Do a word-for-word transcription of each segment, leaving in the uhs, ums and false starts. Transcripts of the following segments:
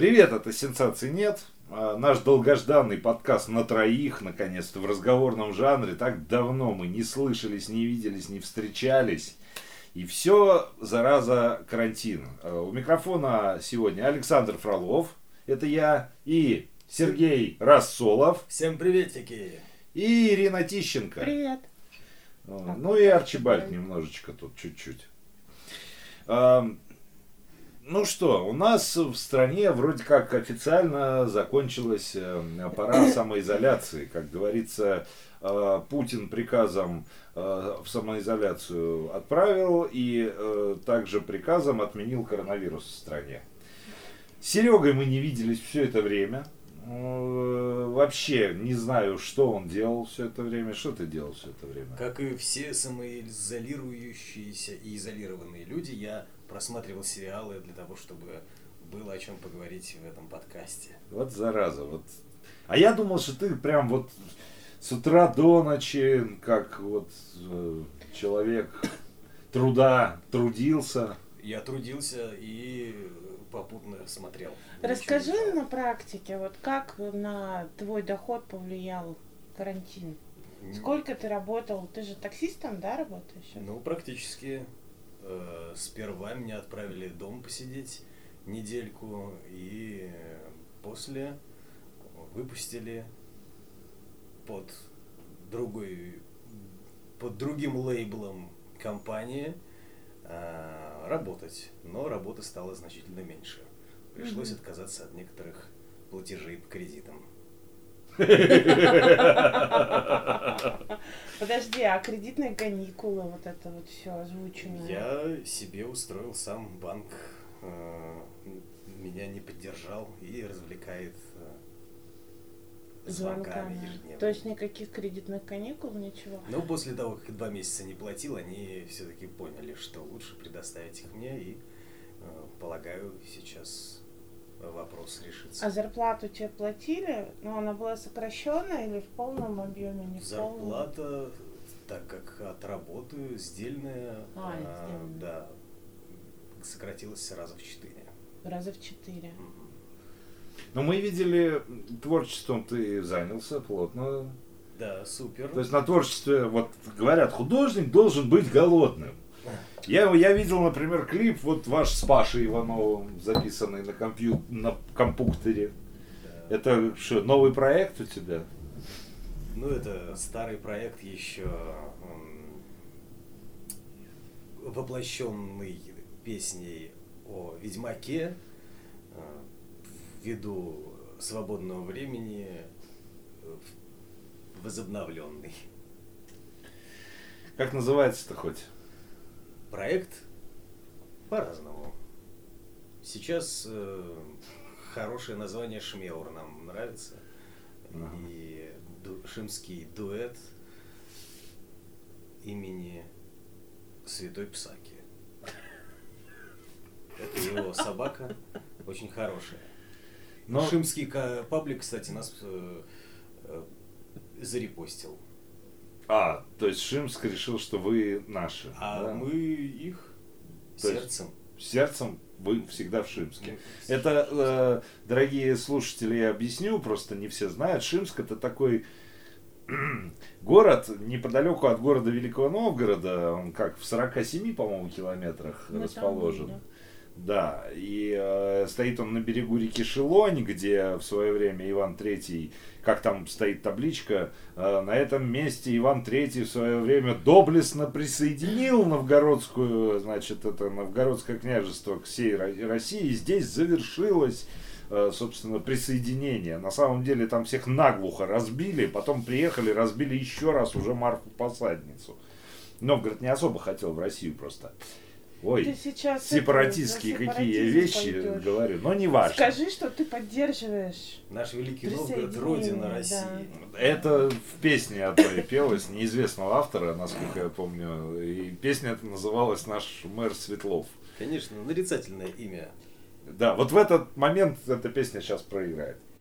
Привет, это «Сенсаций нет». А, Наш долгожданный подкаст на троих, наконец-то, в разговорном жанре. Так давно мы не слышались, не виделись, не встречались. И все, зараза, карантин. А, У микрофона сегодня Александр Фролов, это я, и Сергей Рассолов, Всем приветики! и Ирина Тищенко. Привет. А, Ну и Арчибальд немножечко тут, чуть-чуть. А, Ну что, у нас в стране вроде как официально закончилась э, пора самоизоляции. Как говорится, э, Путин приказом э, в самоизоляцию отправил и э, также приказом отменил коронавирус в стране. С Серегой мы не виделись все это время. Э, Вообще не знаю, что он делал все это время. Что ты делал все это время? Как и все самоизолирующиеся и изолированные люди, я просматривал сериалы для того, чтобы было о чем поговорить в этом подкасте. Вот зараза, вот. А я думал, что ты прям вот с утра до ночи, как вот э, человек труда, трудился. Я трудился и попутно смотрел. Расскажи Ничего не на практике, вот как на твой доход повлиял карантин? делал. Сколько ты работал? Ты же таксистом, да, работаешь? сейчас? Ну, практически. Э, Сперва меня отправили дома посидеть недельку, и после выпустили под другой, под другим лейблом компании э, работать. Но работы стало значительно меньше. Пришлось Мгм. отказаться от некоторых платежей по кредитам. Подожди, а кредитные каникулы, вот это вот все озвучено? Я себе устроил сам банк, э, меня не поддержал и развлекает э, звонками ежедневно. То есть никаких кредитных каникул, ничего? Но после того, как два месяца не платил, они все-таки поняли, что лучше предоставить их мне, и, э, полагаю, сейчас вопрос решится. А зарплату тебе платили? Ну, она была сокращенная или в полном объеме, не в полном? Зарплата, так как отработаю, сдельная, А, э, сдельная. да, сократилась раза в четыре. Раза в четыре. Мгм. Но мы видели, творчеством ты занялся плотно. Да, супер. То есть на творчестве, вот говорят, художник должен быть голодным. Я, я видел, например, клип вот ваш с Пашей Ивановым, записанный на, компью... на компьютере. Да. Это что, новый проект у тебя? Ну, это старый проект еще, воплощенный песней о Ведьмаке, э, ввиду свободного времени э, возобновленный. Как называется-то хоть? Проект по-разному. Сейчас э, хорошее название «Шмеур» нам нравится. Ага. И ду- шимский дуэт имени Святой Псаки. Это его собака, очень хорошая. Но- Шимский ка- паблик, кстати, нас э, э, зарепостил. А, то есть Шимск решил, что вы наши. А да? мы их То есть- сердцем. Сердцем вы всегда в Шимске. Ну, Это, э, дорогие слушатели, я объясню, просто не все знают. Шимск это такой город неподалеку от города Великого Новгорода. Он как в сорока семи, по-моему, километрах Ну, там расположен. было. Да, и э, стоит он на берегу реки Шелонь, где в свое время Иван Третий, как там стоит табличка, э, на этом месте Иван Третий в свое время доблестно присоединил новгородскую, значит, это новгородское княжество к всей Ро- России, и здесь завершилось, э, собственно, присоединение. На самом деле там всех наглухо разбили, потом приехали, разбили еще раз уже Марфу-Посадницу. Новгород не особо хотел в Россию просто. Ой, Ты сейчас сепаратистские это, за какие сепаратизм вещи пойдешь. говорю, но не важно. Скажи, что ты поддерживаешь. Наш Великий Новгород, Присоединение, родина да. России. Это в песне одной пелось, неизвестного автора, насколько я помню, и песня эта называлась «Наш мэр Светлов». Конечно, нарицательное имя. Да, вот в этот момент эта песня сейчас проиграет.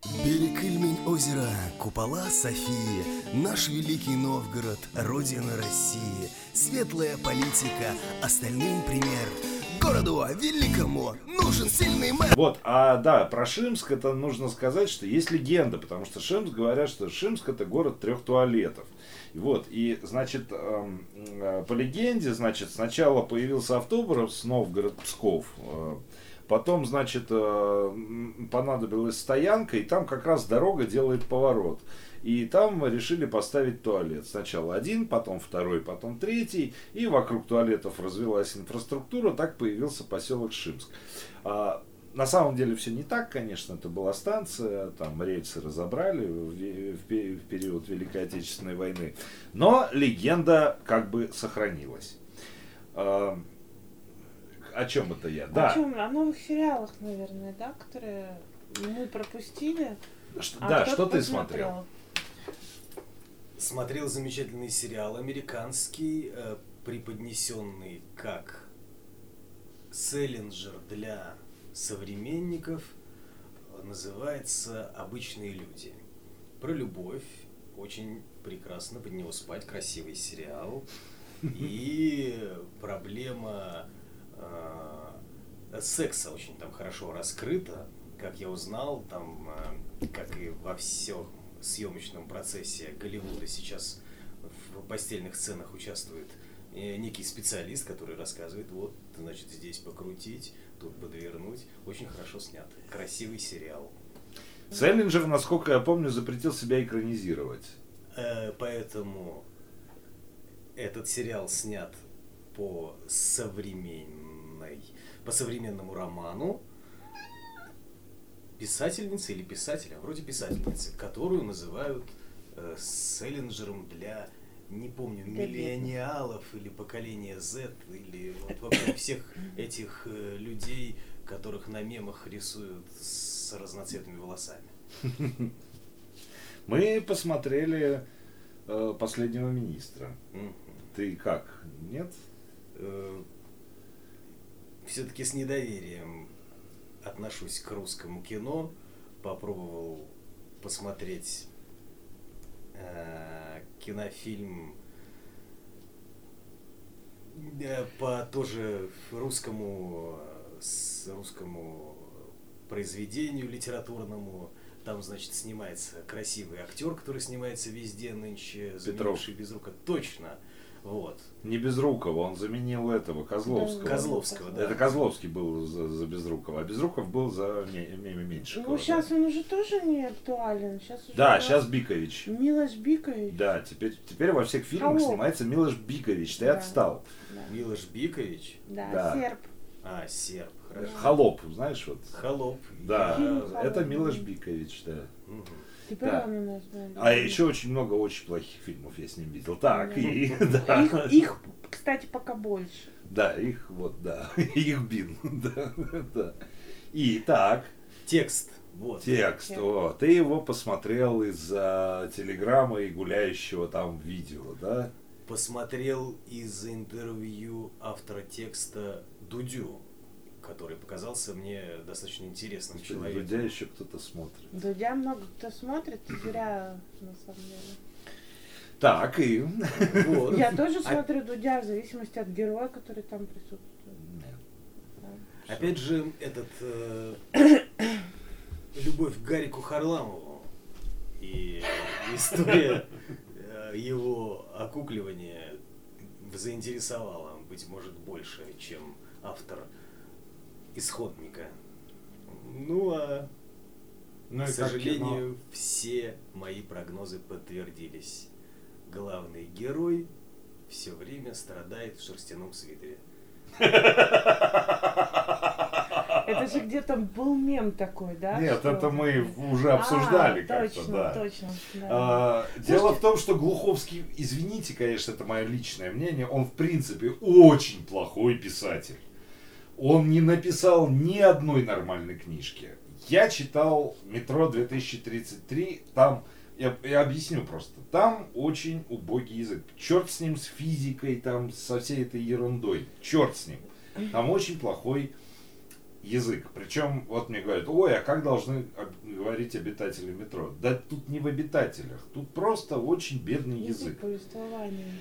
Берег Ильмень, озеро, купола Софии, наш великий Новгород, родина России, светлая политика, остальным пример. Городу великому нужен сильный мэр. Вот, а да, про Шимск это нужно сказать, что есть легенда, потому что Шимск говорят, что Шимск это город трех туалетов. Вот, и, значит, эм, э, по легенде, значит, сначала появился автобус Новгород-Псков, э, потом, значит, э, понадобилась стоянка, и там как раз дорога делает поворот. И там решили поставить туалет. Сначала один, потом второй, потом третий. И вокруг туалетов развилась инфраструктура, так появился поселок Шимск. А, на самом деле все не так, конечно, это была станция, там рельсы разобрали в, в, в период Великой Отечественной войны. Но легенда как бы сохранилась. А, о чем это я? О Да. чем? О новых сериалах, наверное, да, которые мы пропустили. Ш- А да, кто-то что ты посмотрел. смотрел? Смотрел замечательный сериал американский, э, преподнесенный как селлинджер для современников, называется «Обычные люди». Про любовь, очень прекрасно под него спать, красивый сериал. И проблема э, секса очень там хорошо раскрыта, как я узнал, там, э, как и во всем съемочном процессе Голливуда сейчас в постельных сценах участвует э, некий специалист, который рассказывает, вот, значит, здесь покрутить, тут подвернуть. Очень хорошо снят. Красивый сериал. Селлинджер, насколько я помню, запретил себя экранизировать. Э, поэтому этот сериал снят по современной, по современному роману писательницы или писателя, вроде писательницы, которую называют э, селлинджером для, не помню, миллениалов или поколения Z, или вот вообще всех этих э, людей, которых на мемах рисуют с разноцветными волосами. Мы посмотрели э, «Последнего министра». Мгм. Ты как? Нет? Э, все-таки с недоверием отношусь к русскому кино. Попробовал посмотреть э, кинофильм э, по тоже русскому, э, с русскому произведению литературному. Там, значит, снимается красивый актер, который снимается везде нынче, заменивший Безрукова. Точно. Вот. Не Безрукова, он заменил этого, Козловского. Козловского, да. Это Козловский был за, за Безрукова, а Безруков был за Меми Меньшикова. Ну, сейчас он уже тоже не актуален. Сейчас уже Да, у нас сейчас Бикович. Милош Бикович. Да, теперь, теперь во всех фильмах Холоп. снимается Милош Бикович, ты Да. отстал. Да, Милош Бикович. да, Да. серб. А, серб. Хорошо. Холоп, знаешь, вот. Холоп. Да, Фильм это «Холоп». Милош Бикович, да. Мгм. Теперь Да. он у нас, да. А еще очень много очень плохих фильмов я с ним видел. Так, и да. Их, их, кстати, пока больше. Да, их вот, да. Их бин. Да, да. И так, Текст. Вот. текст. Текст. О, ты его посмотрел из-за телеграммы и гуляющего там видео, да? Посмотрел из интервью автора текста Дудю, который показался мне достаточно интересным человеком. Дудя еще кто-то смотрит. Дудя много кто смотрит, зря, на самом деле. Так, и... Вот. Я тоже А- смотрю Дудя в зависимости от героя, который там присутствует. Да. Опять же, этот э, любовь к Гарику Харламову и история э, его окукливания заинтересовала, быть может, больше, чем автор исходника. Ну а, Ну к и как сожалению, все мои прогнозы подтвердились. Главный герой все время страдает в шерстяном свитере. Это же где-то был мем такой, да? Нет, что- это мы уже обсуждали А, как-то, точно, да. точно, да. А, дело в том, что Глуховский, извините, конечно, это мое личное мнение, он в принципе очень плохой писатель. Он не написал ни одной нормальной книжки. Я читал «Метро две тысячи тридцать три», там, я, я объясню просто, там очень убогий язык. Черт с ним, с физикой, там, со всей этой ерундой. Черт с ним. Там очень плохой язык. Причем, вот мне говорят, ой, а как должны говорить обитатели метро? Да тут не в обитателях, тут просто очень бедный язык. Повествование.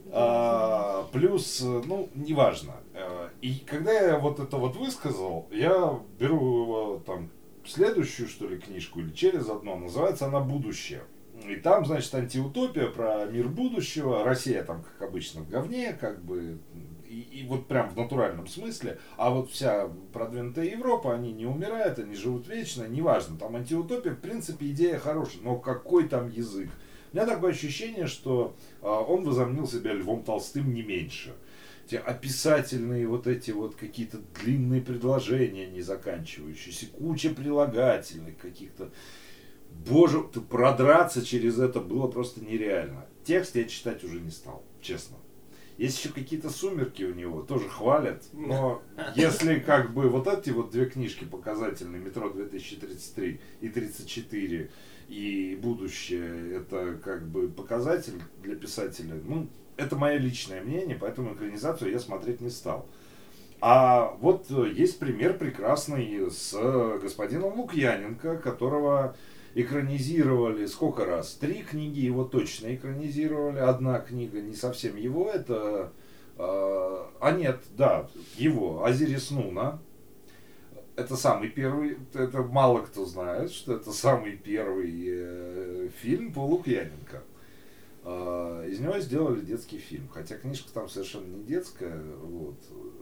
А, плюс, ну, неважно. И когда я вот это вот высказал, я беру его там следующую, что ли, книжку или через одно, называется она «Будущее». И там, значит, антиутопия про мир будущего. Россия там, как обычно, в говне, как бы, и, и вот прям в натуральном смысле. А вот вся продвинутая Европа, они не умирают, они живут вечно, неважно. Там антиутопия, в принципе, идея хорошая, но какой там язык? У меня такое ощущение, что а, он возомнил себя Львом Толстым не меньше. Те описательные вот эти вот какие-то длинные предложения, не заканчивающиеся, куча прилагательных каких-то. Боже, ты продраться через это было просто нереально. Текст я читать уже не стал, честно. Есть еще какие-то сумерки у него, тоже хвалят. Но если как бы вот эти вот две книжки показательные, «Метро две тысячи тридцать три» и «тридцать четыре», и «Будущее», это как бы показатель для писателя, ну, это мое личное мнение, поэтому экранизацию я смотреть не стал. А вот есть пример прекрасный с господином Лукьяненко, которого экранизировали сколько раз? Три книги его точно экранизировали. Одна книга не совсем его, это... Э, а нет, да, его, Азирис Нуна. Это самый первый, это мало кто знает, что это самый первый э, фильм по Лукьяненко. Э, из него сделали детский фильм, хотя книжка там совершенно не детская, вот.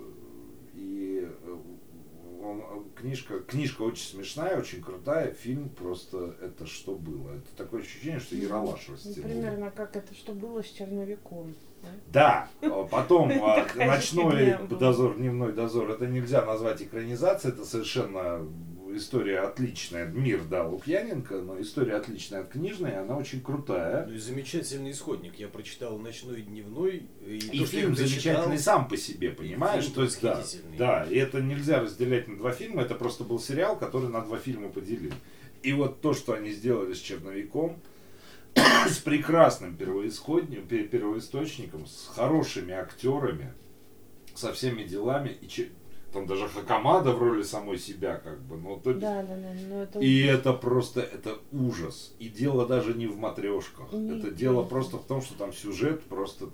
И он, книжка, книжка очень смешная, очень крутая, фильм просто это что было. Это такое ощущение, что Ералаш растянул. Примерно как это что было с Черновиком. Да, потом «Ночной дозор», «Дневной дозор», это нельзя назвать экранизацией, это совершенно история отличная. Мир, да, Лукьяненко, но история отличная от книжной, она очень крутая. Ну и замечательный исходник. Я прочитал «Ночной» и «Дневной». И, и то, фильм замечательный сам по себе, понимаешь? То есть, да, да, и это нельзя разделять на два фильма, это просто был сериал, который на два фильма поделили. И вот то, что они сделали с Черновиком, с прекрасным первоисходником, первоисточником, с хорошими актерами, со всеми делами, и че, там даже Хакамада в роли самой себя, как бы, ну, то, да, да, да, ну, это... И это просто, это ужас. И дело даже не в матрешках, не это дело не просто в том, что там сюжет просто...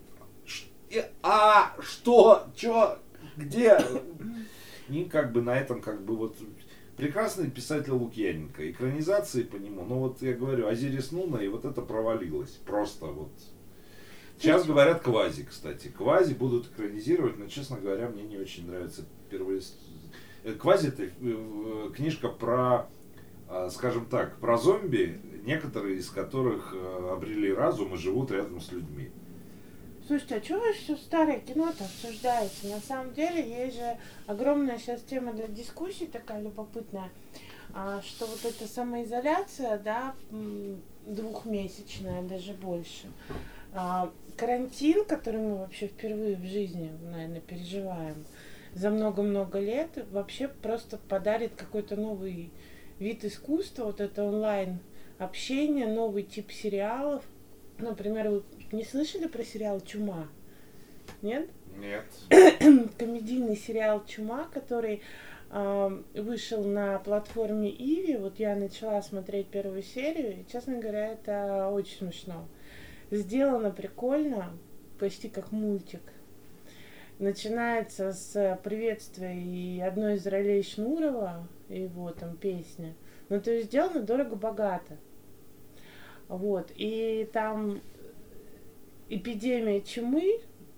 А, что, чё, где? И как бы на этом, как бы вот... Прекрасный писатель Лукьяненко, экранизации по нему, но вот я говорю, Азирис Нуна, и вот это провалилось, просто вот. Сейчас говорят Квази, кстати, Квази будут экранизировать, но, честно говоря, мне не очень нравится первый... Квази это книжка про, скажем так, про зомби, некоторые из которых обрели разум и живут рядом с людьми. Слушайте, а что вы все старое кино-то обсуждаете? На самом деле есть же огромная сейчас тема для дискуссий, такая любопытная, а, что вот эта самоизоляция, да, двухмесячная, даже больше, а, карантин, который мы вообще впервые в жизни, наверное, переживаем за много-много лет, вообще просто подарит какой-то новый вид искусства, вот это онлайн-общение, новый тип сериалов. Например, вы не слышали про сериал «Чума»? Нет? Нет. Комедийный сериал «Чума», который э, вышел на платформе Иви. Вот я начала смотреть первую серию, и, честно говоря, это очень смешно. Сделано прикольно, почти как мультик. Начинается с приветствия и одной из ролей Шнурова, его там песня. Ну, то есть сделано дорого-богато. Вот, и там эпидемия чумы,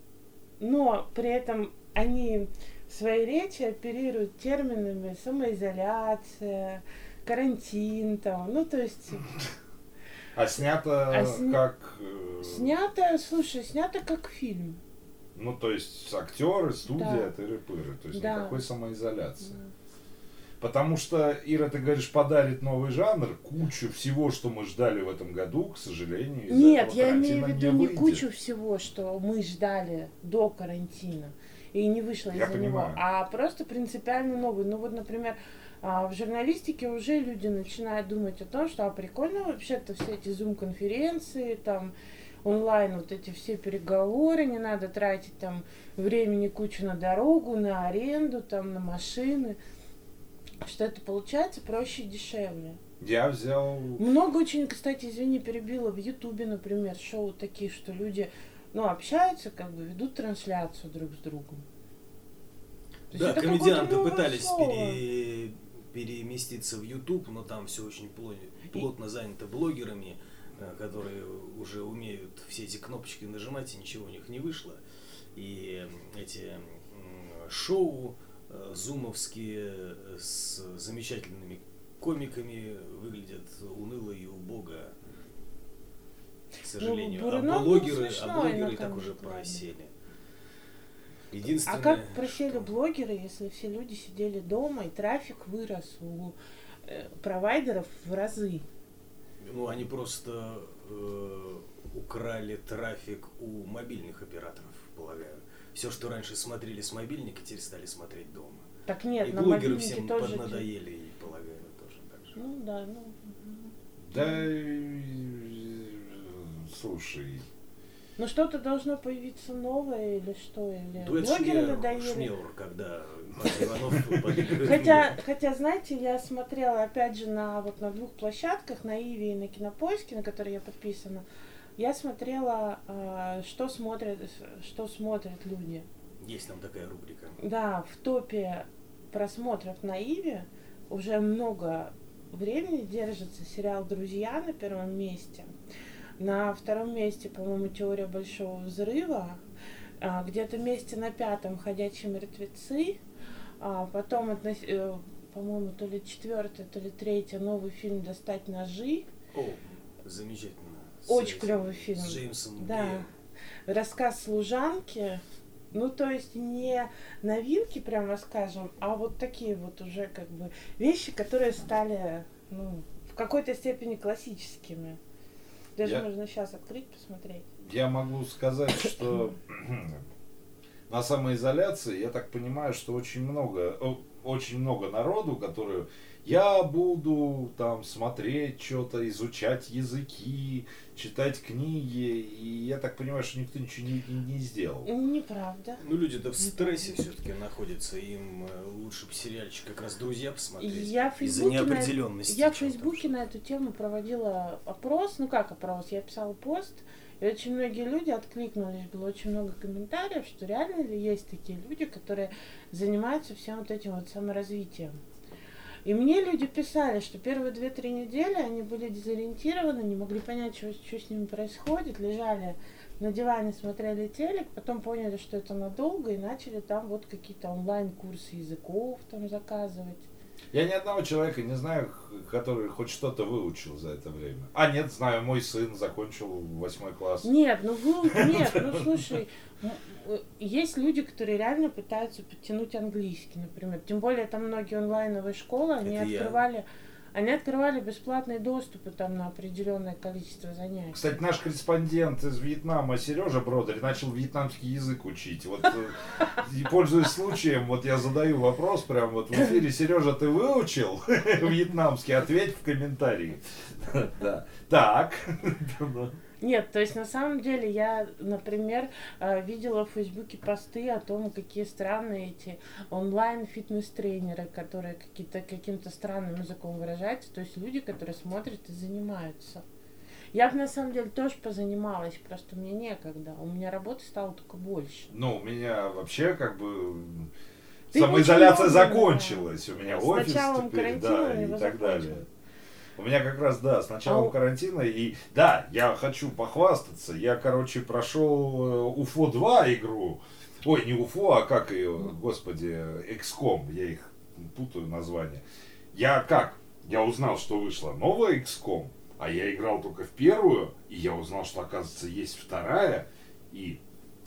но при этом они в своей речи оперируют терминами самоизоляция, карантин, там, ну, то есть... А снято а сня... как... Снято, слушай, снято как фильм. Ну, то есть актеры, студия, да. тыры-пыры, то есть да. никакой самоизоляции. Да. Потому что, Ира, ты говоришь, подарит новый жанр, кучу всего, что мы ждали в этом году, к сожалению, из Нет, этого я имею в виду не, не кучу всего, что мы ждали до карантина и не вышло я из-за понимаю. него, а просто принципиально новый. Ну вот, например, в журналистике уже люди начинают думать о том, что а прикольно вообще-то все эти зум-конференции, там, онлайн вот эти все переговоры, не надо тратить там времени кучу на дорогу, на аренду, там, на машины. что это получается проще и дешевле. Я взял... Много очень, кстати, извини, перебила, в Ютубе, например, шоу такие, что люди, ну, общаются, как бы, ведут трансляцию друг с другом. То Да, есть это комедианты какое-то новое пытались слово. пере... переместиться в YouTube, но там все очень плотно, плотно занято блогерами, э, которые уже умеют все эти кнопочки нажимать, и ничего у них не вышло. И эти м, шоу э, зумовские э, с замечательными комиками выглядят уныло и убого, к сожалению. Ну, а Бурунов был блогеры, а смешной блогеры на так уже комик-клабе. просели. Единственное, А как просели что- блогеры, если все люди сидели дома и трафик вырос у э, провайдеров в разы? Ну, они просто э, украли трафик у мобильных операторов, полагаю. Все, что раньше смотрели с мобильника, теперь стали смотреть дома. Так нет, и на блогеры мобильнике всем тоже... поднадоели, и, полагаю, тоже так же. Ну да, ну... Да, э, слушай, Ну что-то должно появиться новое или что? Или Дуэт блогеры Шмеуэр, надоели? Шмеуэр, когда Павел Иванов подыгрывает Хотя, людям. хотя, знаете, я смотрела опять же на вот на двух площадках, на Иви и на Кинопоиске, на которые я подписана. Я смотрела, э, что смотрят, что смотрят люди. Есть там такая рубрика. Да, в топе просмотров на Иви уже много времени держится сериал «Друзья» на первом месте. На втором месте, по-моему, «Теория большого взрыва». А, где-то месте на пятом «Ходячие мертвецы». А, потом, относ- э, по-моему, то ли четвертое, то ли третье новый фильм «Достать ножи». О, замечательно. С Очень этим, клевый фильм. С Джеймсом Да. Греем. Рассказ служанки. Ну, то есть не новинки, прямо скажем, а вот такие вот уже как бы вещи, которые стали, ну, в какой-то степени классическими. Даже Я- можно сейчас открыть, посмотреть. я могу сказать, что на самоизоляции, я так понимаю, что очень много, о, очень много народу, которые я буду там смотреть что-то, изучать языки, читать книги, и я так понимаю, что никто ничего не, не- не сделал. Неправда. Ну, люди-то в стрессе все-таки находятся, им э, лучше бы сериальчик как раз «Друзья» посмотреть. Я в из-за Фейсбуке, на, неопределенности. я в чем там Фейсбуке что. на эту тему проводила опрос, ну как опрос, я писала пост, и очень многие люди откликнулись, было очень много комментариев, что реально ли есть такие люди, которые занимаются всем вот этим вот саморазвитием. И мне люди писали, что первые две-три недели они были дезориентированы, не могли понять, что, что с ними происходит, лежали на диване, смотрели телек, потом поняли, что это надолго, и начали там вот какие-то онлайн-курсы языков там заказывать. Я ни одного человека не знаю, х- который хоть что-то выучил за это время. А нет, знаю, мой сын закончил восьмой класс. Нет, ну вы, нет, ну слушай, м, э, есть люди, которые реально пытаются подтянуть английский, например. Тем более там многие онлайновые школы, они Это я. открывали, они открывали бесплатные доступы там на определенное количество занятий. Кстати, наш корреспондент из Вьетнама, Сережа Бродерь, начал вьетнамский язык учить. Вот, э, и пользуясь случаем, вот я задаю вопрос прям вот в эфире. Сережа, ты выучил вьетнамский? Ответь в комментарии. Да. Так. Нет, то есть на самом деле я, например, э, видела в Фейсбуке посты о том, какие странные эти онлайн-фитнес-тренеры, которые какие-то, каким-то странным языком выражаются, то есть люди, которые смотрят и занимаются. Я бы на самом деле тоже позанималась, просто мне некогда. У меня работы стало только больше. Ну, у меня вообще как бы Ты самоизоляция очень вовремя. закончилась. У меня С офис началом теперь, карантина да, у него и так далее. закончилось. У меня как раз, да, с началом А у- карантина, и да, я хочу похвастаться, я, короче, прошел Уфо два игру, ой, не Уфо, а как ее, господи, икс ком, я их путаю название. Я как? Я узнал, что вышла новая икс ком, а я играл только в первую, и я узнал, что, оказывается, есть вторая, и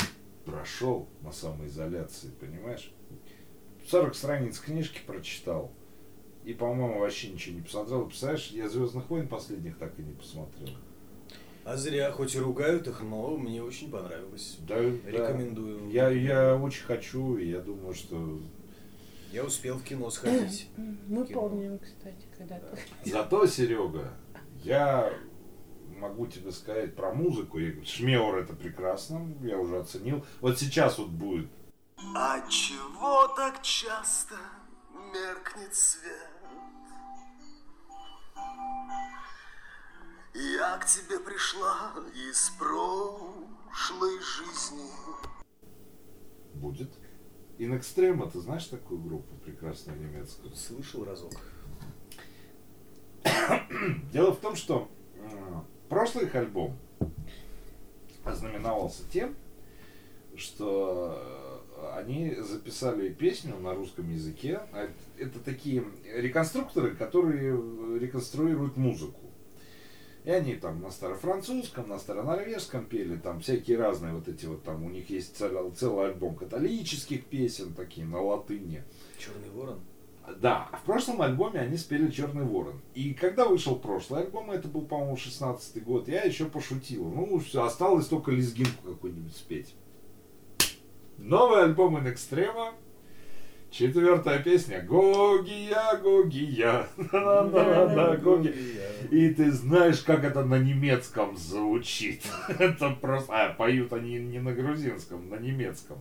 прошел на самоизоляции, понимаешь? сорок страниц книжки прочитал. И, по-моему, вообще ничего не посмотрел. Представляешь, я «Звездных войн» последних так и не посмотрел. А зря, хоть и ругают их, но мне очень понравилось. Да, да. Рекомендую. Я, я очень хочу, и я думаю, что... Я успел в кино сходить. Мы Кино. помним, кстати, когда-то. Зато, Серега, я могу тебе сказать про музыку. И Шмеуэр это прекрасно, я уже оценил. Вот сейчас вот будет. А чего так часто меркнет свет. Я к тебе пришла из прошлой жизни. Будет. In Extremo, ты знаешь такую группу прекрасную немецкую? Слышал разок. Дело в том, что э, прошлый их альбом ознаменовался тем, что они записали песню на русском языке. Это такие реконструкторы, которые реконструируют музыку. И они там на старофранцузском, на старонорвежском пели, там всякие разные вот эти вот там, у них есть целый, целый альбом католических песен, такие на латыни. Черный ворон? Да, в прошлом альбоме они спели «Черный ворон». И когда вышел прошлый альбом, это был, по-моему, шестнадцатый год, я еще пошутил. Ну, все, осталось только лезгинку какую-нибудь спеть. Новый альбом In Extremo. Четвертая песня. Гогия, Гогия. Да-да-да, Гогия. И ты знаешь, как это на немецком звучит. Это просто... А, поют они не на грузинском, на немецком.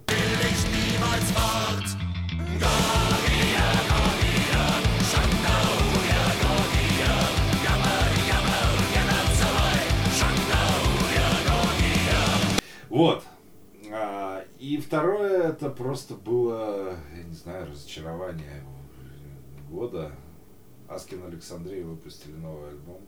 Вот. А, и второе, это просто было, я не знаю, разочарование года. Аскин Александрия выпустили новый альбом.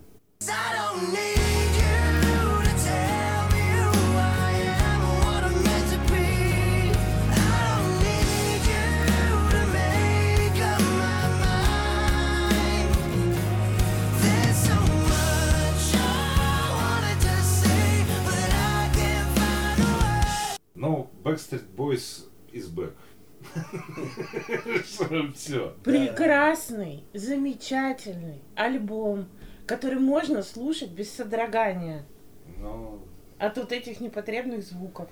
Ну, Backstreet Boys is back. Все. Прекрасный, замечательный альбом, который можно слушать без содрогания Но... от вот этих непотребных звуков.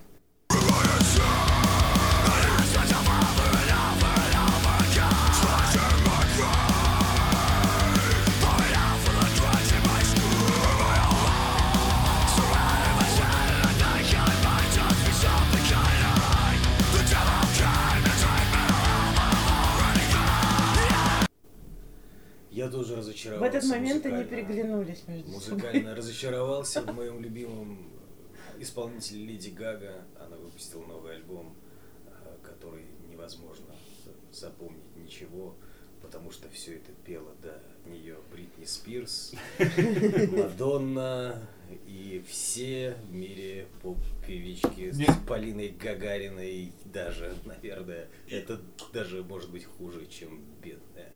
Я тоже разочаровался. В этот момент они музыкально. переглянулись между Музыкально собой. разочаровался в моем любимом исполнителе Леди Гага. Она выпустила новый альбом, который невозможно запомнить ничего, потому что все это пела до нее Бритни Спирс, Мадонна и все в мире поп-певички с Полиной Гагариной. Даже, наверное, это даже может быть хуже, чем бедная.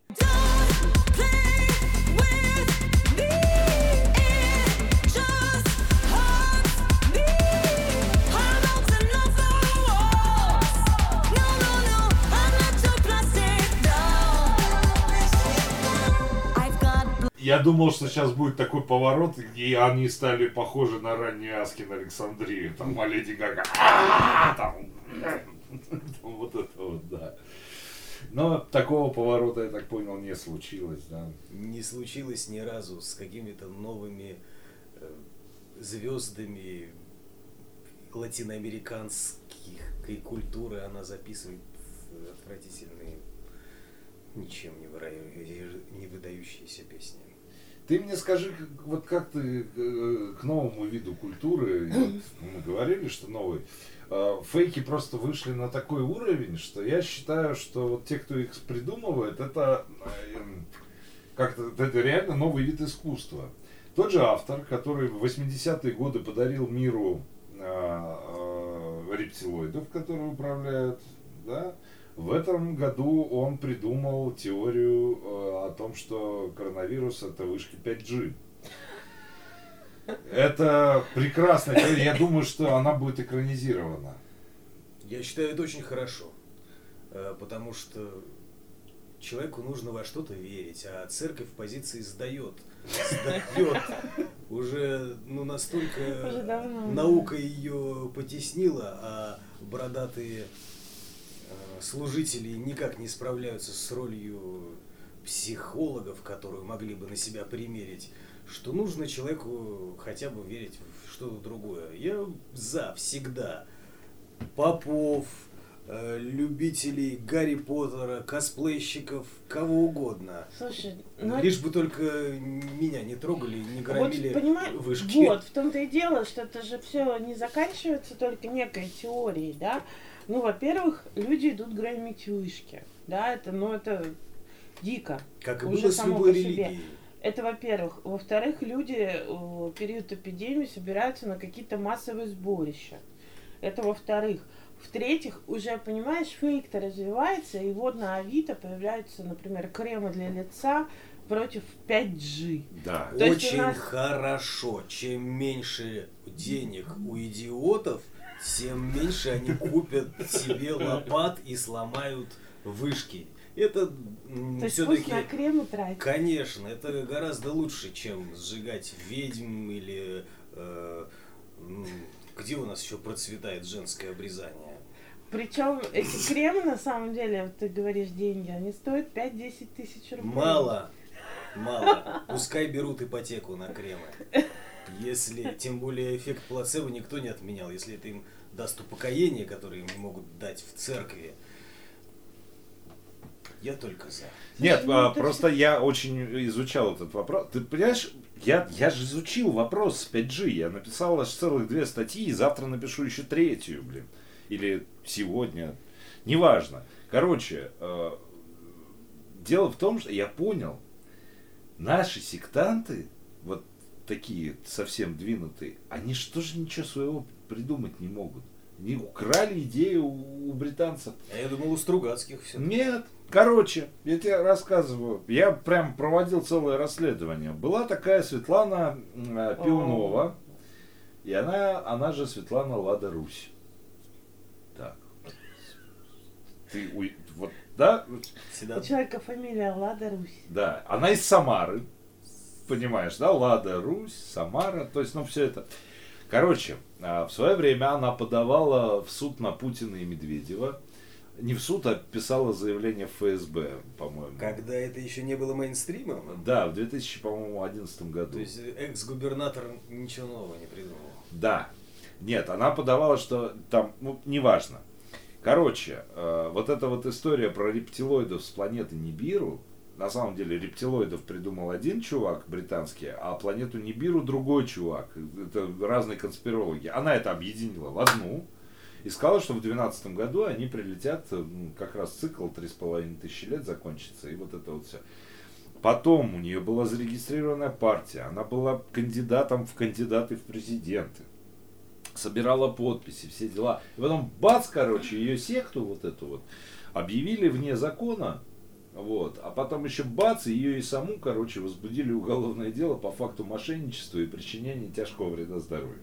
Я думал, что сейчас будет такой поворот, и они стали похожи на раннюю Аскин Александрию. Там, а Леди Гага. Там вот это вот, да. Но такого поворота, я так понял, не случилось, да. Не случилось ни разу с какими-то новыми э, звездами латиноамериканской культуры. Она записывает отвратительные, ничем не, выра... не выдающиеся песни. Ты мне скажи, вот как ты к новому виду культуры, вот мы говорили, что новый, фейки просто вышли на такой уровень, что я считаю, что вот те, кто их придумывает, это как-то это реально новый вид искусства. Тот же автор, который в восьмидесятые годы подарил миру рептилоидов, которые управляют, да, в этом году он придумал теорию э, о том, что коронавирус это вышки пять джи. Это прекрасная теория. Я думаю, что она будет экранизирована. Я считаю, это очень хорошо. Э, потому что человеку нужно во что-то верить, а церковь в позиции сдает. Сдает. Уже ну, настолько Уже давно. Наука ее потеснила, а бородатые служители никак не справляются с ролью психологов, которую могли бы на себя примерить, что нужно человеку хотя бы верить в что-то другое. Я за всегда. Попов, э, любителей Гарри Поттера, косплейщиков, кого угодно. Слушай, ну Лишь бы только меня не трогали, не громили вот, понимаешь, вышки. вот, в том-то и дело, что это же все не заканчивается только некой теорией, да. Ну, во-первых, люди идут громить вышки, да, это, ну, это дико. Как и уже было с само любой по себе. религией. Это, во-первых. Во-вторых, люди в период эпидемии собираются на какие-то массовые сборища. Это во-вторых. В-третьих, уже, понимаешь, фейк-то развивается, и вот на Авито появляются, например, кремы для лица против пять джи. Да. То есть Очень у нас- хорошо. Чем меньше денег у идиотов, тем меньше они купят себе лопат и сломают вышки. Это То есть все-таки, пусть на кремы тратят. конечно, это гораздо лучше, чем сжигать ведьм или э, м, где у нас еще процветает женское обрезание. Причем эти кремы, на самом деле, вот ты говоришь деньги, они стоят пять-десять тысяч рублей. Мало, мало. Пускай берут ипотеку на кремы. Если, тем более, эффект плацебо никто не отменял. Если это им даст упокоение, которое им не могут дать в церкви, я только за. Нет, ну, а, это просто я очень изучал этот вопрос. Ты понимаешь, я, я же изучил вопрос с пять джи. Я написал аж целых две статьи, и завтра напишу еще третью, блин. Или сегодня. Неважно. Короче, э, дело в том, что я понял, наши сектанты, вот такие совсем двинутые, они что же ничего своего придумать не могут. Они украли идею у, у британцев. А я думал, у Стругацких все. Нет. Короче, я тебе рассказываю. Я прям проводил целое расследование. Была такая Светлана э, Пивнова. И она, она же Светлана Лада Русь. Так. Ты, уй- вот, да? Всегда. У человека фамилия Лада Русь. Да. Она из Самары. Понимаешь, да? Лада Русь, Самара. То есть, ну, все это. Короче, а, в свое время она подавала в суд на Путина и Медведева. Не в суд, а писала заявление в эф эс бэ, по-моему. Когда это еще не было мейнстримом, Да, в две тысячи одиннадцатом году. то есть экс-губернатор ничего нового не придумал. Да. Нет, она подавала, что там, ну, неважно. Короче, э, вот эта вот история про рептилоидов с планеты Нибиру, на самом деле рептилоидов придумал один чувак британский, а планету Нибиру другой чувак. Это разные конспирологи. Она это объединила в одну. И сказала, что в две тысячи двенадцатом году они прилетят, ну, как раз цикл три с половиной тысячи лет закончится, и вот это вот все. Потом у нее была зарегистрированная партия, она была кандидатом в кандидаты в президенты, собирала подписи, все дела. И потом бац, короче, ее секту вот эту вот объявили вне закона, вот, а потом еще бац, ее и саму, короче, возбудили уголовное дело по факту мошенничества и причинения тяжкого вреда здоровью.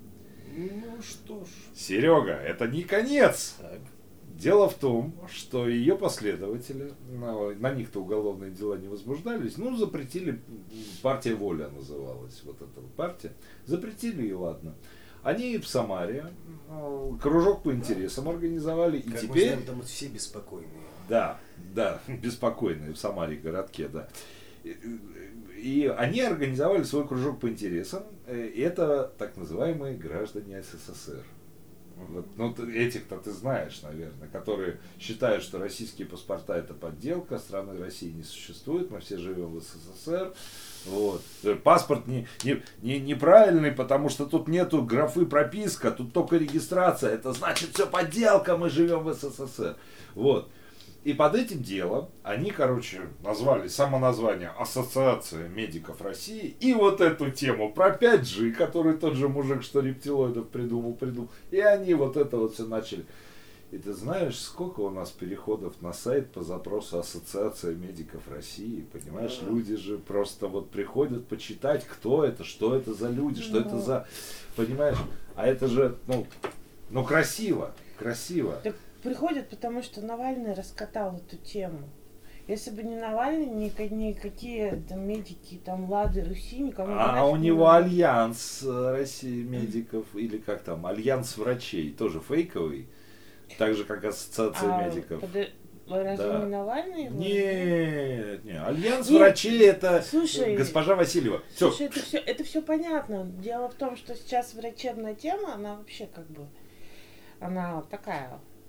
Ну что ж. Серега, это не конец. Так. Дело в том, что ее последователи, на, на них-то уголовные дела не возбуждались, ну, запретили, партия «Воля» называлась, вот эта вот партия, запретили и ладно. Они в Самаре э, кружок по интересам организовали, и Как мы теперь... знаем, там все беспокойные. Да, да, беспокойные в Самаре городке, да. И, и они организовали свой кружок по интересам, и это так называемые граждане эс эс эс эр. Вот, ну, этих-то ты знаешь, наверное, которые считают, что российские паспорта это подделка, страны России не существует, мы все живем в эс эс эс эр. Вот. Паспорт не, не, не, неправильный, потому что тут нету графы прописка, тут только регистрация. Это значит все подделка, мы живем в эс эс эс эр. Вот. И под этим делом они, короче, назвали самоназвание Ассоциация медиков России и вот эту тему про пять джи, который тот же мужик, что рептилоидов придумал, придумал. И они вот это вот все начали. И ты знаешь, сколько у нас переходов на сайт по запросу Ассоциация медиков России, понимаешь? Люди же просто вот приходят почитать, кто это, что это за люди, что это за, понимаешь? А это же, ну, ну красиво, красиво. Так приходят, потому что Навальный раскатал эту тему. Если бы не Навальный, ни- никакие там медики, там Лады Руси, никому бы А нафиг у не него нужно. альянс э, России медиков, или как там, альянс врачей, тоже фейковый, так же как ассоциация А, медиков. подо- Разве Да. не Навальный его? Нет, нет, альянс Нет, врачей это слушай, госпожа Васильева. Все. Слушай, это все, это все понятно. Дело в том, что сейчас врачебная тема, она вообще как бы, она такая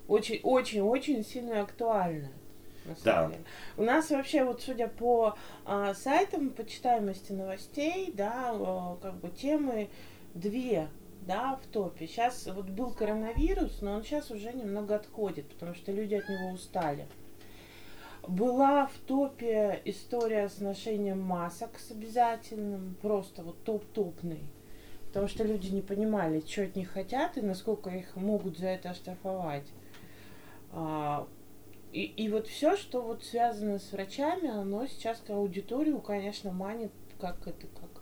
очень-очень-очень сильно актуально. На самом Да. деле. У нас вообще, вот судя по а, сайтам, по читаемости новостей, да, а, как бы темы две, да, в топе. Сейчас вот был коронавирус, но он сейчас уже немного отходит, потому что люди от него устали. Была в топе история с ношением масок с обязательным, просто вот топ-топный. Потому что люди не понимали, что от них хотят и насколько их могут за это оштрафовать. А, и, и вот все, что вот связано с врачами, оно сейчас к аудиторию, конечно, манит, как это, как...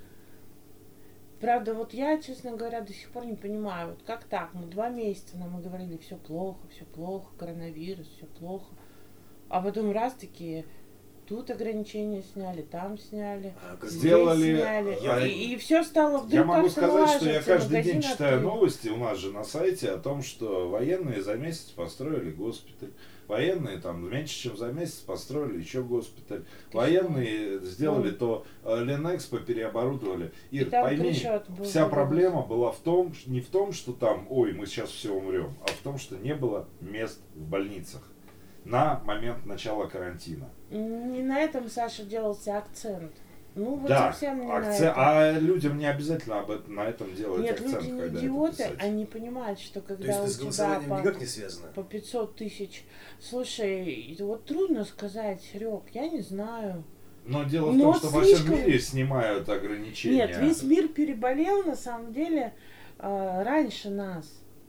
Правда, вот я, честно говоря, до сих пор не понимаю, вот как так? Мы два месяца нам говорили, все плохо, все плохо, коронавирус, все плохо. А потом раз такие, тут ограничения сняли, там сняли, А как здесь Сделали- сняли. Я- И, и все стало вдруг Я могу как-то сказать, что я налаживаться, каждый день магазин читаю открыли. новости у нас же на сайте о том, что военные за месяц построили госпиталь. Военные там меньше, чем за месяц построили еще госпиталь. Ты Военные сделали Ну. то, э, Ленэкспо переоборудовали. И Ир, там пойми, Крещет был вся завод. проблема была в том, ш- не в том, что там, ой, мы сейчас все умрем, а в том, что не было мест в больницах на момент начала карантина. Не на этом, Саша, делался акцент. Ну, вот Да, совсем не на акце- этом. а людям не обязательно об этом, на этом делать Нет, акцент, люди не когда это идиоты, писать. они понимают, что То есть когда это у с тебя голосованием по, никак не связано? по пятьсот тысяч... Слушай, вот трудно сказать, Серег, я не знаю. Но дело в Но том, что во всем слишком- мире снимают ограничения. Нет, весь мир переболел, на самом деле, э, раньше нас.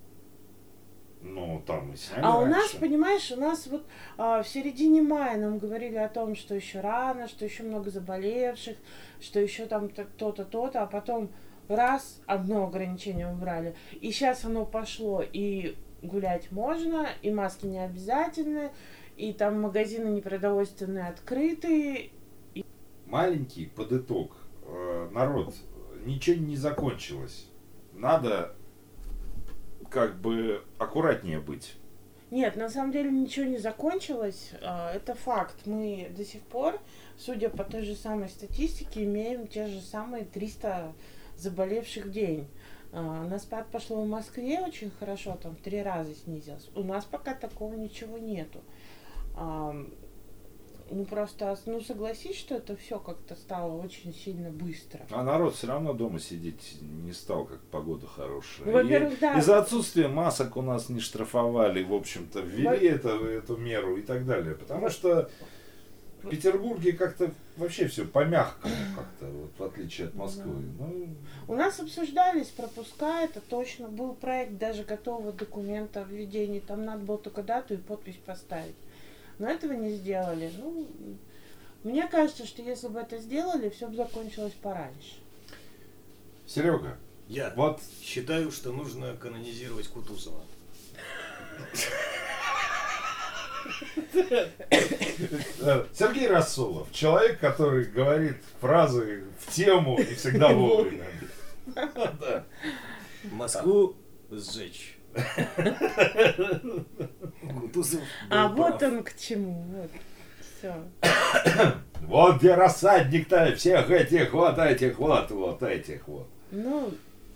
Ну, там и сняли А у нас, раньше. понимаешь, у нас вот а, в середине мая нам говорили о том, что еще рано, что еще много заболевших, что еще там то- то-то, то-то, а потом раз, одно ограничение убрали. И сейчас оно пошло, и гулять можно, и маски не обязательны, и там магазины непродовольственные открыты. Маленький под итог. Э, Народ, ничего не закончилось. Надо как бы аккуратнее быть. Нет, на самом деле ничего не закончилось, а, это факт. Мы до сих пор, судя по той же самой статистике, имеем те же самые триста заболевших в день. А, На спад пошло в Москве очень хорошо, там в три раза снизилось. У нас пока такого ничего нету. А, Ну просто, ну согласись, что это все как-то стало очень сильно быстро. А народ все равно дома сидеть не стал, как погода хорошая. Ну, во-первых, И да. из-за отсутствия масок у нас не штрафовали, в общем-то, ввели Во- это, эту меру и так далее. Потому что в Петербурге как-то вообще все по-мягкому как-то, вот, в отличие от Москвы. Ну, У нас обсуждались пропуска, это точно. Был проект даже готового документа о введении. Там надо было только дату и подпись поставить. Но этого не сделали. Ну, мне кажется, что если бы это сделали, все бы закончилось пораньше. Серега, Я вот считаю, что нужно канонизировать Кутузова. э, Сергей Расулов, человек, который говорит фразы в тему и всегда вовремя. Да. Москву сжечь. Кутузов был А прав. вот он к чему. Вот. Все. Вот где рассадник-то всех этих вот этих вот, вот этих вот. Ну,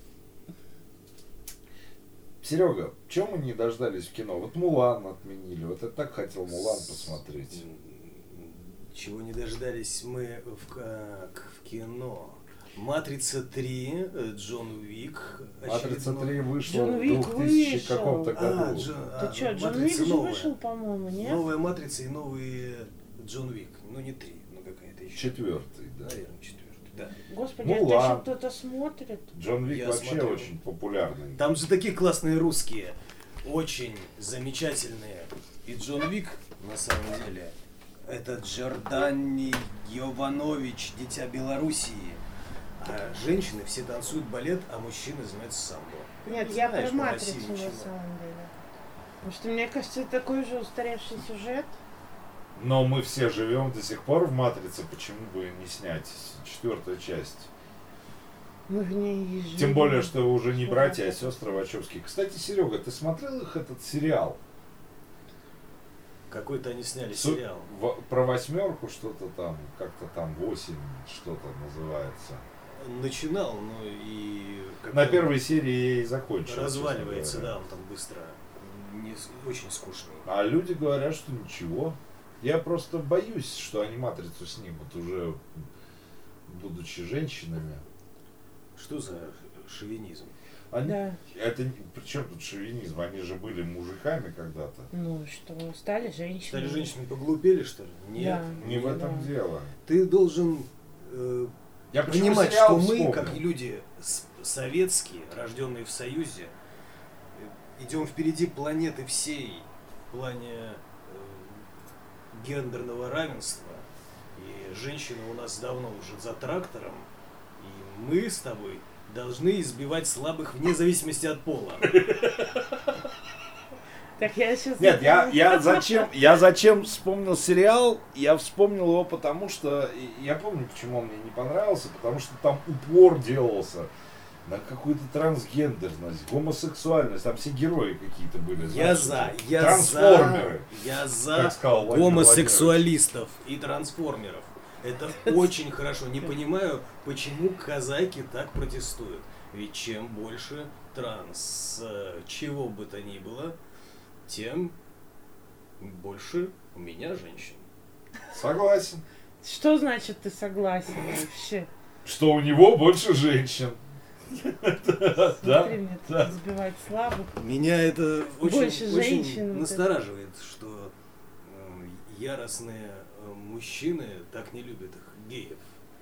Серега, чего мы не дождались в кино? Вот Мулан отменили. Вот я так хотел Мулан посмотреть. Чего не дождались мы в, как в кино. Матрица три, э, Джон Уик. Матрица очередной. три вышла Джон в Уик двухтысячном вышел. каком-то А, году. Джон, ты а, что, Джон Уик Матрица же новая. вышел, по-моему, нет? Новая Матрица и новый Джон Уик. Ну не три, ну какая-то еще. Четвертый, да. Наверное, четвертый, да. Господи, Ну это еще ладно. кто-то смотрит. Джон Вик Я вообще смотрю. очень популярный. Там же такие классные русские, очень замечательные. И Джон Вик, на самом деле, это Джордани Йованович, дитя Белоруссии. А женщины все танцуют балет, а мужчины занимаются самбо. Нет, Не я знаешь про по России матрицу на ничего. самом деле. Потому что мне кажется, это такой же устаревший сюжет. Но мы все живем до сих пор в «Матрице», почему бы не снять четвертую часть? Мы в ней и живем. Тем более, что уже не Что братья, а это? сестры Вачовски. Кстати, Серега, ты смотрел их этот сериал? Какой-то они сняли Су- сериал. в- про восьмерку что-то там, как-то там восемь, что-то называется. Начинал, ну и... как На он первой серии я и закончил. разваливается, честно да, говоря. он там быстро. не, с- очень скучный. А люди говорят, что ничего. Я просто боюсь, что они «Матрицу» снимут уже будучи женщинами. Что за шовинизм? Они, Да. это не- при чем тут шовинизм? Они же были мужиками когда-то. Ну что, стали женщинами. Стали женщины поглупели, что ли? Нет. Да. Не в этом Да. дело. Ты должен э, Я почему понимать, сериал что мы, вспомнил? как люди с- советские, рожденные в Союзе, э, идем впереди планеты всей в плане э, гендерного равенства. И женщины у нас давно уже за трактором. И мы с тобой должны избивать слабых вне зависимости от пола. Так я сейчас... Нет, я, я, зачем, я зачем вспомнил сериал? Я вспомнил его потому, что... Я помню, почему он мне не понравился, потому что там упор делался на какую-то трансгендерность, гомосексуальность. Там все герои какие-то были. Я знаешь, за, уже. я Трансформеры. за, я за Как сказал Владимир гомосексуалистов и трансформеров. Это очень хорошо. Не понимаю, почему казаки так протестуют. Ведь чем больше транс э, чего бы то ни было, тем больше у меня женщин. Согласен. Что значит ты согласен вообще? Что у него больше женщин. Да, Смотри, мне да. тут сбивать слабых. Меня это очень, Больше очень женщин, вот настораживает, что э, яростные э, мужчины так не любят их геев.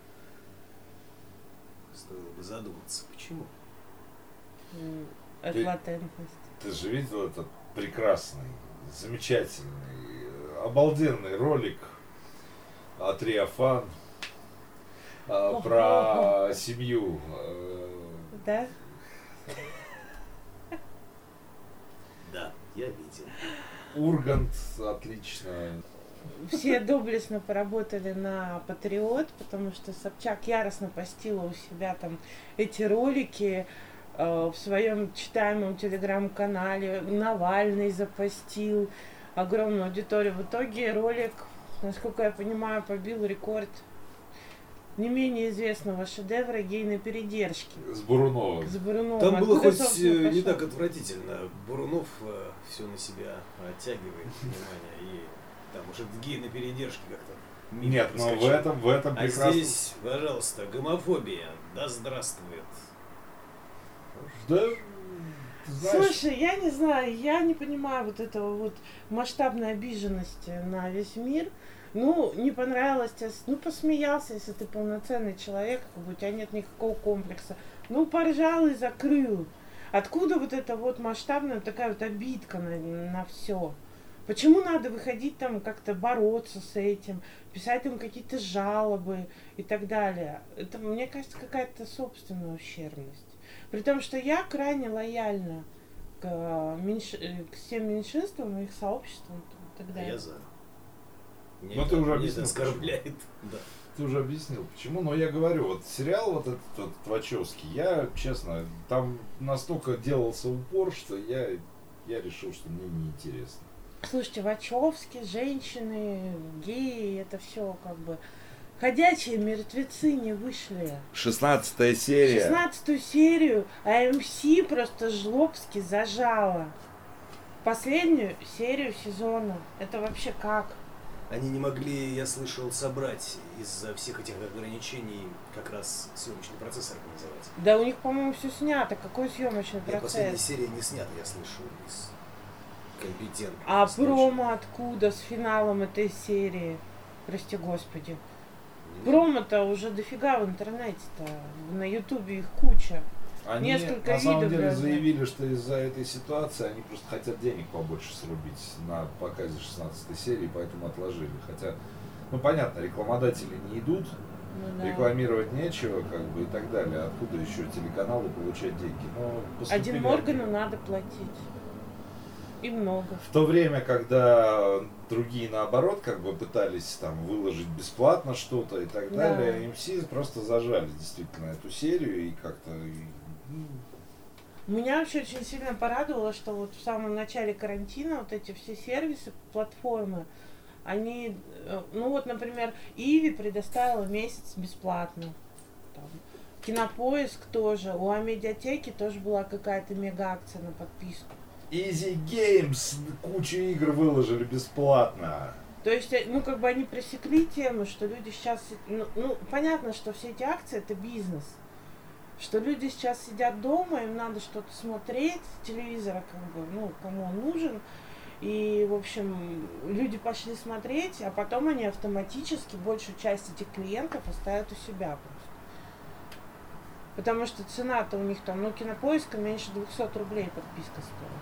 Стоило бы задуматься, почему. М, От Ты- латентности. Ты же видел этот прекрасный, замечательный, э, обалденный ролик от Риафан э, Ого. про семью. э, Да? Да, я видел. Ургант, отлично. Все доблестно поработали на Патриот, потому что Собчак яростно постила у себя там эти ролики э, в своем читаемом телеграм-канале. Навальный запостил огромную аудиторию. В итоге ролик, насколько я понимаю, побил рекорд не менее известного шедевра «Гей на передержке» С Буруновым. с Буруновым. Там было Откуда, хоть собственно, э, не пошло? так отвратительно. Бурунов все на себя оттягивает внимание. И там уже гей на передержке как-то. мимо Нет, но в проскочил. этом, в этом А прекрасно. здесь, пожалуйста, гомофобия. Да здравствует. Да, ты знаешь, Слушай, я не знаю, я не понимаю вот этого вот масштабной обиженности на весь мир. Ну, не понравилось тебе, ну, посмеялся, если ты полноценный человек, как бы у тебя нет никакого комплекса. Ну, поржал и закрыл. Откуда вот эта вот масштабная такая вот обидка на, на все? Почему надо выходить там как-то бороться с этим, писать им какие-то жалобы и так далее? Это, мне кажется, какая-то собственная ущербность. При том, что я крайне лояльна к, меньш... э, к всем меньшинствам, их сообществам и так А далее. я за. Мне Ну, это- ты уже мне объяснил, это оскорбляет. Да. ты уже объяснил, почему, но я говорю, вот сериал вот этот, вот, Вачовский, я, честно, там настолько делался упор, что я, я решил, что мне неинтересно. Слушайте, Вачовски, женщины, геи, это все как бы ходячие мертвецы не вышли. Шестнадцатая серия. Шестнадцатую серию АМС просто жлобски зажала. Последнюю серию сезона. Это вообще как? Они не могли, я слышал, собрать из-за всех этих ограничений как раз съемочный процесс организовать. Да у них, по-моему, все снято. Какой съемочный Я последняя процесс? серия не снята, я слышал, из компетентных. А источников. промо откуда с финалом этой серии? Прости господи. Не знаю. Промо-то уже дофига в интернете-то. На ютубе их куча. Они Несколько на самом видов деле разных. заявили, что из-за этой ситуации они просто хотят денег побольше срубить на показе шестнадцатой серии, поэтому отложили. Хотя, ну понятно, рекламодатели не идут, Ну, да. рекламировать нечего, как бы и так далее. Откуда еще телеканалу получать деньги? Но поступили Один они- Моргану надо платить. И много. В то время, когда другие наоборот как бы пытались там выложить бесплатно что-то и так Да. далее, эм си просто зажали действительно эту серию и как-то и, ну, Меня вообще очень сильно порадовало, что вот в самом начале карантина вот эти все сервисы, платформы, они, э, ну вот, например, Иви предоставила месяц бесплатно. Там, Кинопоиск тоже, у Амедиатеки тоже была какая-то мега акция на подписку. Easy Games кучу игр выложили бесплатно. То есть, ну, как бы они пресекли тему, что люди сейчас... Ну, ну, понятно, что все эти акции — это бизнес. Что люди сейчас сидят дома, им надо что-то смотреть, телевизора, как бы, ну, кому он нужен. И, в общем, люди пошли смотреть, а потом они автоматически большую часть этих клиентов оставят у себя просто. Потому что цена-то у них там, ну, Кинопоиска меньше двухсот рублей подписка стоит.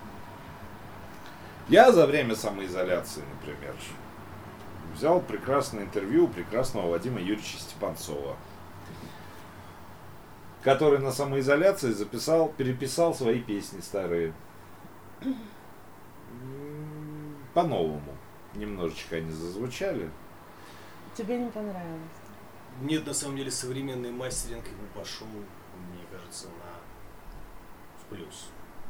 Я за время самоизоляции, например, взял прекрасное интервью у прекрасного Вадима Юрьевича Степанцова, который на самоизоляции записал, переписал свои песни старые. По-новому. Немножечко они зазвучали. Тебе не понравилось? Нет, на самом деле современный мастеринг ему пошел, мне кажется, на в плюс.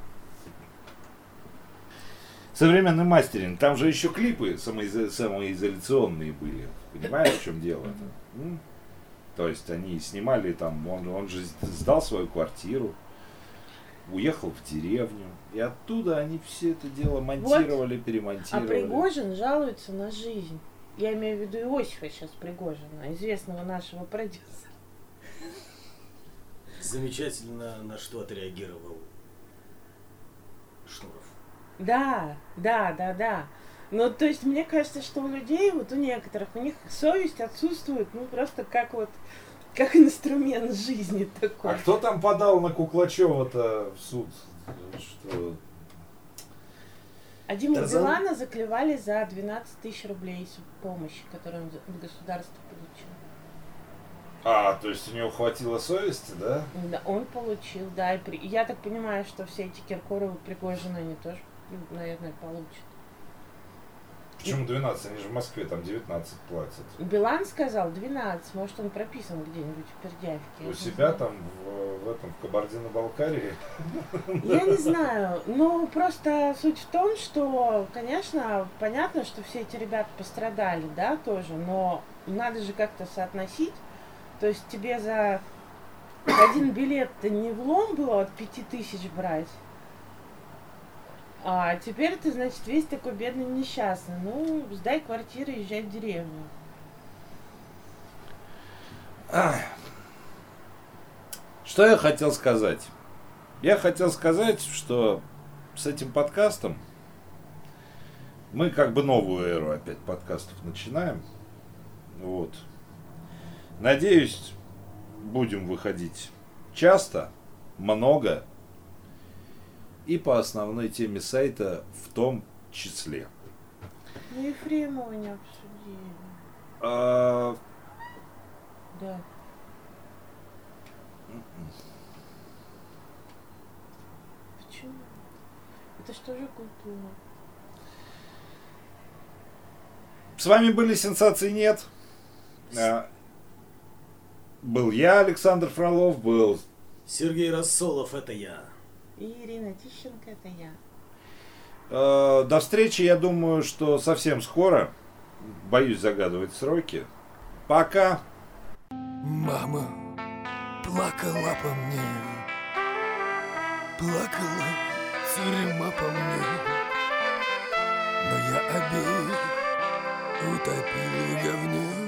Современный мастеринг. Там же еще клипы самоизо- самоизоляционные были. Понимаешь, в чем дело-то? М? То есть они снимали там, он, он же сдал свою квартиру, уехал в деревню. И оттуда они все это дело монтировали, Вот. перемонтировали. А Пригожин жалуется на жизнь. Я имею в виду Иосифа сейчас Пригожина, известного нашего продюсера. Замечательно, на что отреагировал Шнуров. Да, да, да, да. Ну, то есть, мне кажется, что у людей, вот у некоторых, у них совесть отсутствует, ну, просто как вот, как инструмент жизни такой. А кто там подал на Куклачева-то в суд? Что? А Диму Тарзан? Билана заклевали за двенадцать тысяч рублей помощи, которую он от государства получил. А, то есть у него хватило совести, да? Да, он получил, да. И при... Я так понимаю, что все эти Киркоровы, Пригожины, они тоже, наверное, получат. Почему двенадцать? Они же в Москве там девятнадцать платят. Билан сказал двенадцать, может он прописан где-нибудь в Пердяевке. У себя там в, в этом в Кабардино-Балкарии? Я не знаю, ну просто суть в том, что, конечно, понятно, что все эти ребята пострадали, да, тоже, но надо же как-то соотносить. То есть тебе за один билет-то не влом было от пяти тысяч брать. А теперь ты, значит, весь такой бедный несчастный. Ну, сдай квартиру и езжай в деревню. Что я хотел сказать? Я хотел сказать, что с этим подкастом мы как бы новую эру опять подкастов начинаем. Вот. Надеюсь, будем выходить часто, много и по основной теме сайта в том числе. Ну, Ефремова не обсудили. А... Да. Почему? Это что же культура? С вами были «Сенсаций нет». А, был я, Александр Фролов, был Сергей Рассолов, это я. И Ирина Тищенко, это я. Э, до встречи, я думаю, что совсем скоро. Боюсь загадывать сроки. Пока. Мама плакала по мне, плакала тюрьма по мне, но я обеих утопил в говне.